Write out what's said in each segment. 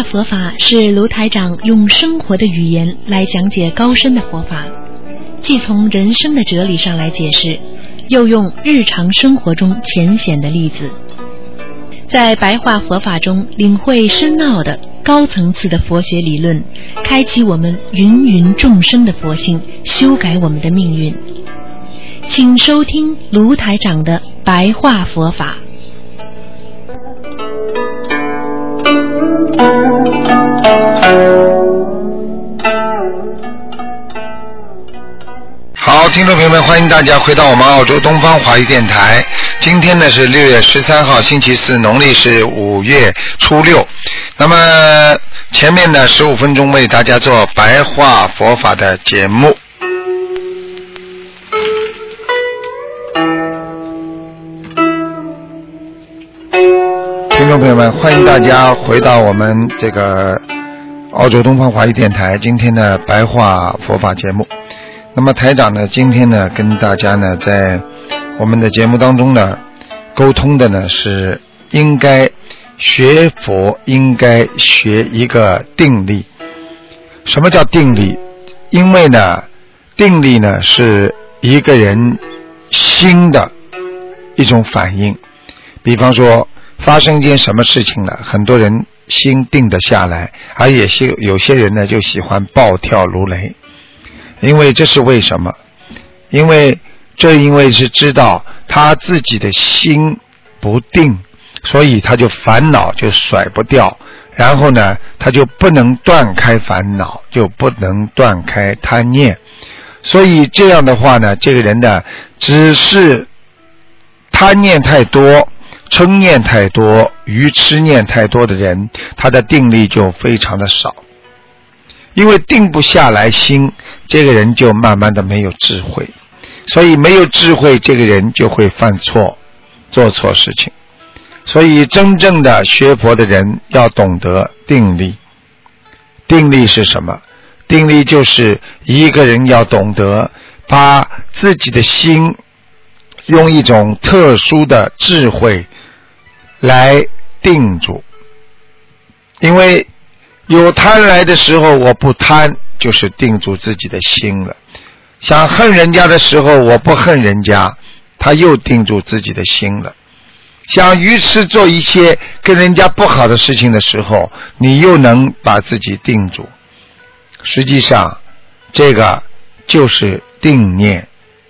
话佛法是卢台长用生活的语言来讲解高深的佛法，既从人生的哲理上来解释，又用日常生活中浅显的例子，在白话佛法中领会深奥的高层次的佛学理论，开启我们芸芸众生的佛性，修改我们的命运。请收听卢台长的白话佛法。 好，听众朋友们，欢迎大家回到我们澳洲东方华语电台。今天呢是6月13号星期四，农历是5月初6。那么前面呢15分钟为大家做白话佛法的节目。听众朋友们，欢迎大家回到我们这个澳洲东方华语电台今天的白话佛法节目。那么台长呢今天呢跟大家呢在我们的节目当中呢沟通的呢是应该学佛应该学一个定力。什么叫定力？因为呢定力呢是一个人心的一种反应。比方说发生一件什么事情了，很多人心定得下来，而也是有些人呢就喜欢暴跳如雷。因为这是为什么？因为是知道他自己的心不定，所以他就烦恼就甩不掉，然后呢他就不能断开烦恼，就不能断开贪念。所以这样的话呢，这个人呢只是贪念太多，嗔念太多，愚痴念太多的人，他的定力就非常的少。因为定不下来心，这个人就慢慢的没有智慧，所以没有智慧，这个人就会犯错，做错事情。所以真正的学佛的人要懂得定力。定力是什么？定力就是一个人要懂得把自己的心用一种特殊的智慧来定住。因为有贪来的时候我不贪，就是定住自己的心了。想恨人家的时候我不恨人家，他又定住自己的心了。想愚痴做一些跟人家不好的事情的时候，你又能把自己定住。实际上这个就是定念，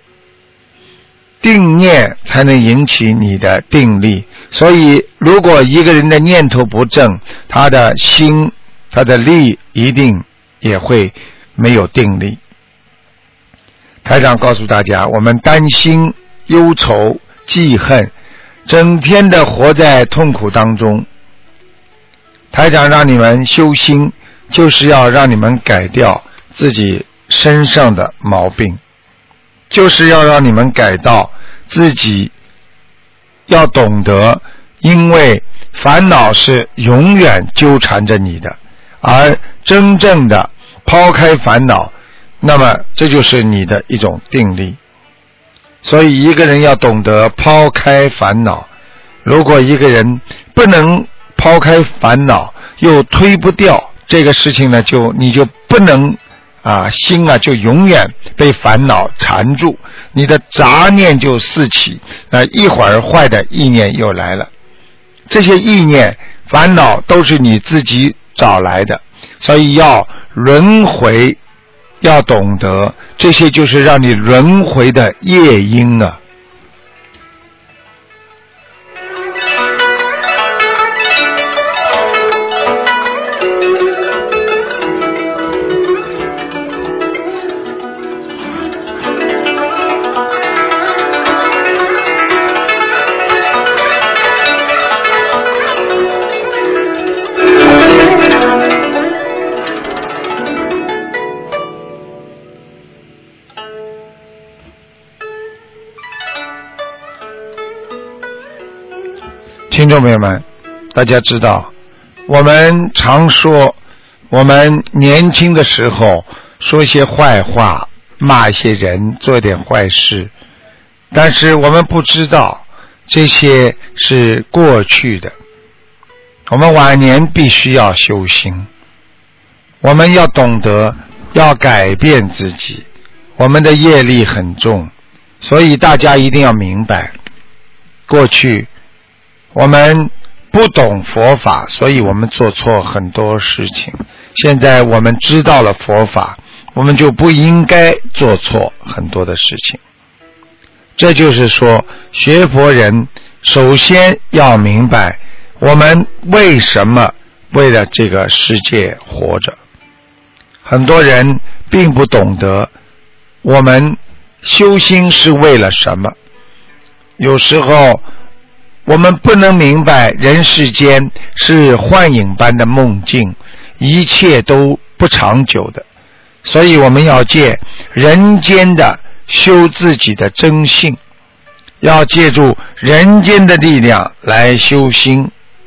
定念才能引起你的定力。所以如果一个人的念头不正，他的心他的力一定也会没有定力。台长告诉大家，我们担心忧愁记恨，整天的活在痛苦当中。台长让你们修心，就是要让你们改掉自己身上的毛病，就是要让你们改到自己要懂得，因为烦恼是永远纠缠着你的，而真正的抛开烦恼，那么这就是你的一种定力。所以一个人要懂得抛开烦恼。如果一个人不能抛开烦恼，又推不掉这个事情呢，你就不能心就永远被烦恼缠住，你的杂念就四起，一会儿坏的意念又来了。这些意念烦恼都是你自己找来的，所以要轮回，要懂得这些就是让你轮回的业因啊。听众朋友们，大家知道，我们常说我们年轻的时候说一些坏话，骂一些人，做一点坏事，但是我们不知道这些是过去的。 我们晚年必须要修心，我们要懂得要改变自己，我们的业力很重，所以大家一定要明白，过去我们不懂佛法，所以我们做错很多事情，现在我们知道了佛法，我们就不应该做错很多的事情。这就是说，学佛人首先要明白我们为什么为了这个世界活着。很多人并不懂得我们修心是为了什么，有时候我们不能明白人世间是幻影般的梦境，一切都不长久的，所以我们要借人间的修自己的真性，要借助人间的力量来修心。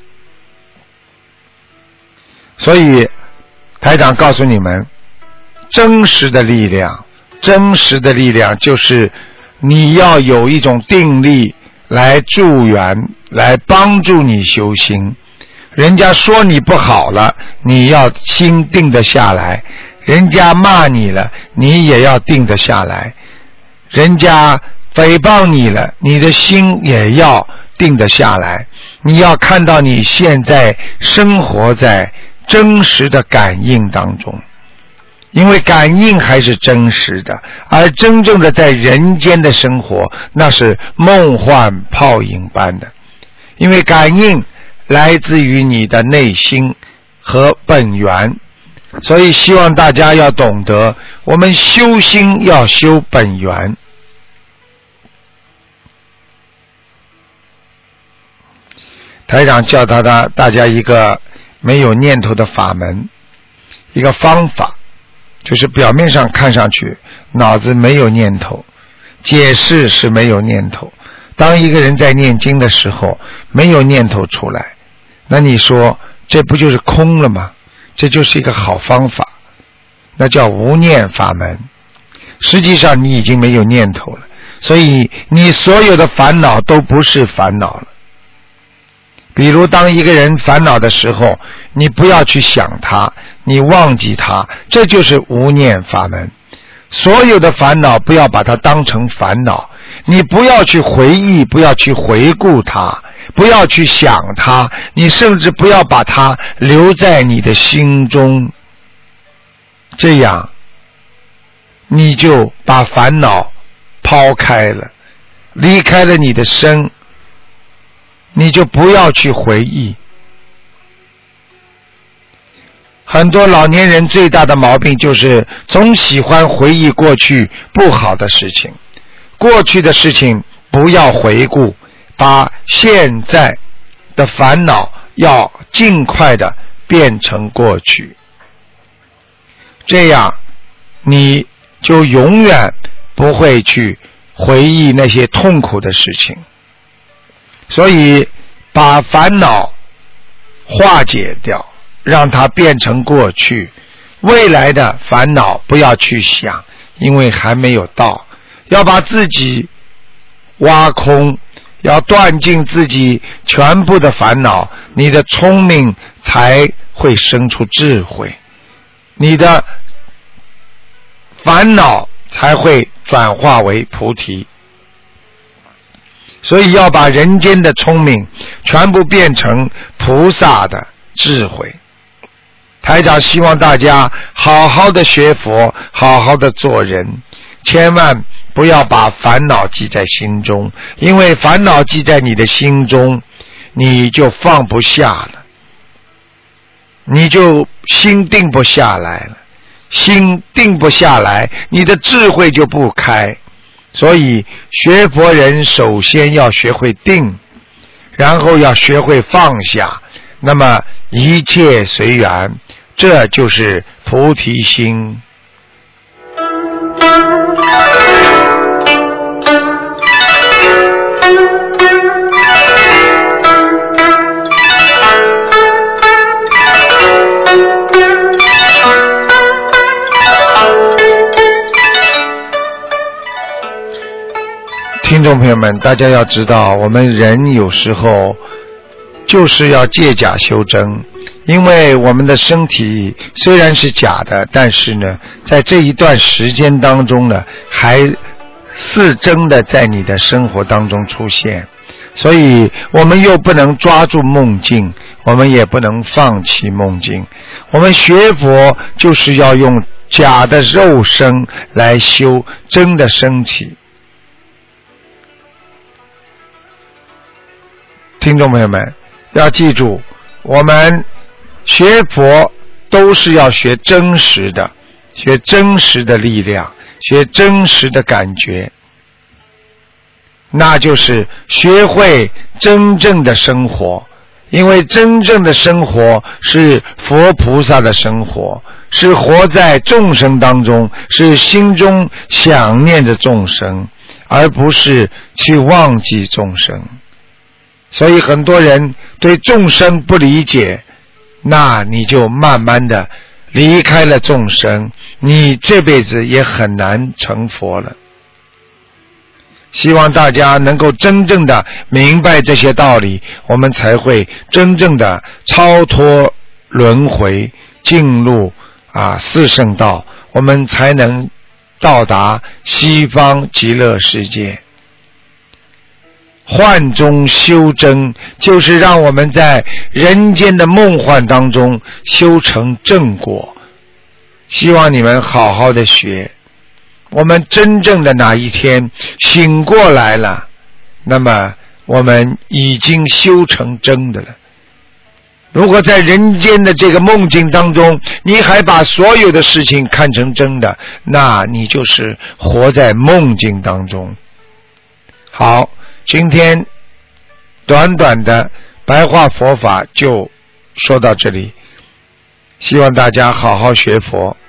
所以台长告诉你们，真实的力量就是你要有一种定力来助缘，来帮助你修心。人家说你不好了，你要心定得下来，人家骂你了，你也要定得下来，人家诽谤你了，你的心也要定得下来。你要看到你现在生活在真实的感应当中，因为感应还是真实的，而真正的在人间的生活那是梦幻泡影般的，因为感应来自于你的内心和本源。所以希望大家要懂得，我们修心要修本源。台长教大家一个没有念头的法门，一个方法，就是表面上看上去脑子没有念头，解释是没有念头。当一个人在念经的时候没有念头出来，那你说这不就是空了吗？这就是一个好方法，那叫无念法门。实际上你已经没有念头了，所以你所有的烦恼都不是烦恼了。比如当一个人烦恼的时候，你不要去想他，你忘记他，这就是无念法门。所有的烦恼不要把它当成烦恼，你不要去回忆，不要去回顾它，不要去想它，你甚至不要把它留在你的心中，这样你就把烦恼抛开了，离开了你的身，你就不要去回忆。很多老年人最大的毛病就是总喜欢回忆过去不好的事情，过去的事情不要回顾，把现在的烦恼要尽快的变成过去，这样你就永远不会去回忆那些痛苦的事情。所以把烦恼化解掉，让它变成过去，未来的烦恼不要去想，因为还没有到。要把自己挖空，要断尽自己全部的烦恼，你的聪明才会生出智慧，你的烦恼才会转化为菩提。所以要把人间的聪明全部变成菩萨的智慧。台长希望大家好好的学佛，好好的做人，千万不要把烦恼记在心中，因为烦恼记在你的心中，你就放不下了，你就心定不下来了，心定不下来，你的智慧就不开。所以学佛人首先要学会定，然后要学会放下，那么一切随缘，这就是菩提心。听众朋友们，大家要知道，我们人有时候就是要借假修真。因为我们的身体虽然是假的，但是呢，在这一段时间当中呢，还是真的在你的生活当中出现。所以我们又不能抓住梦境，我们也不能放弃梦境。我们学佛就是要用假的肉身来修真的身体。听众朋友们要记住，我们学佛都是要学真实的，学真实的力量，学真实的感觉，那就是学会真正的生活。因为真正的生活是佛菩萨的生活，是活在众生当中，是心中想念着众生，而不是去忘记众生。所以很多人对众生不理解，那你就慢慢的离开了众生，你这辈子也很难成佛了。希望大家能够真正的明白这些道理，我们才会真正的超脱轮回，进入四圣道，我们才能到达西方极乐世界。幻中修真，就是让我们在人间的梦幻当中修成正果。希望你们好好的学，我们真正的哪一天醒过来了，那么我们已经修成真的了。如果在人间的这个梦境当中，你还把所有的事情看成真的，那你就是活在梦境当中。好，今天短短的白话佛法就说到这里，希望大家好好学佛，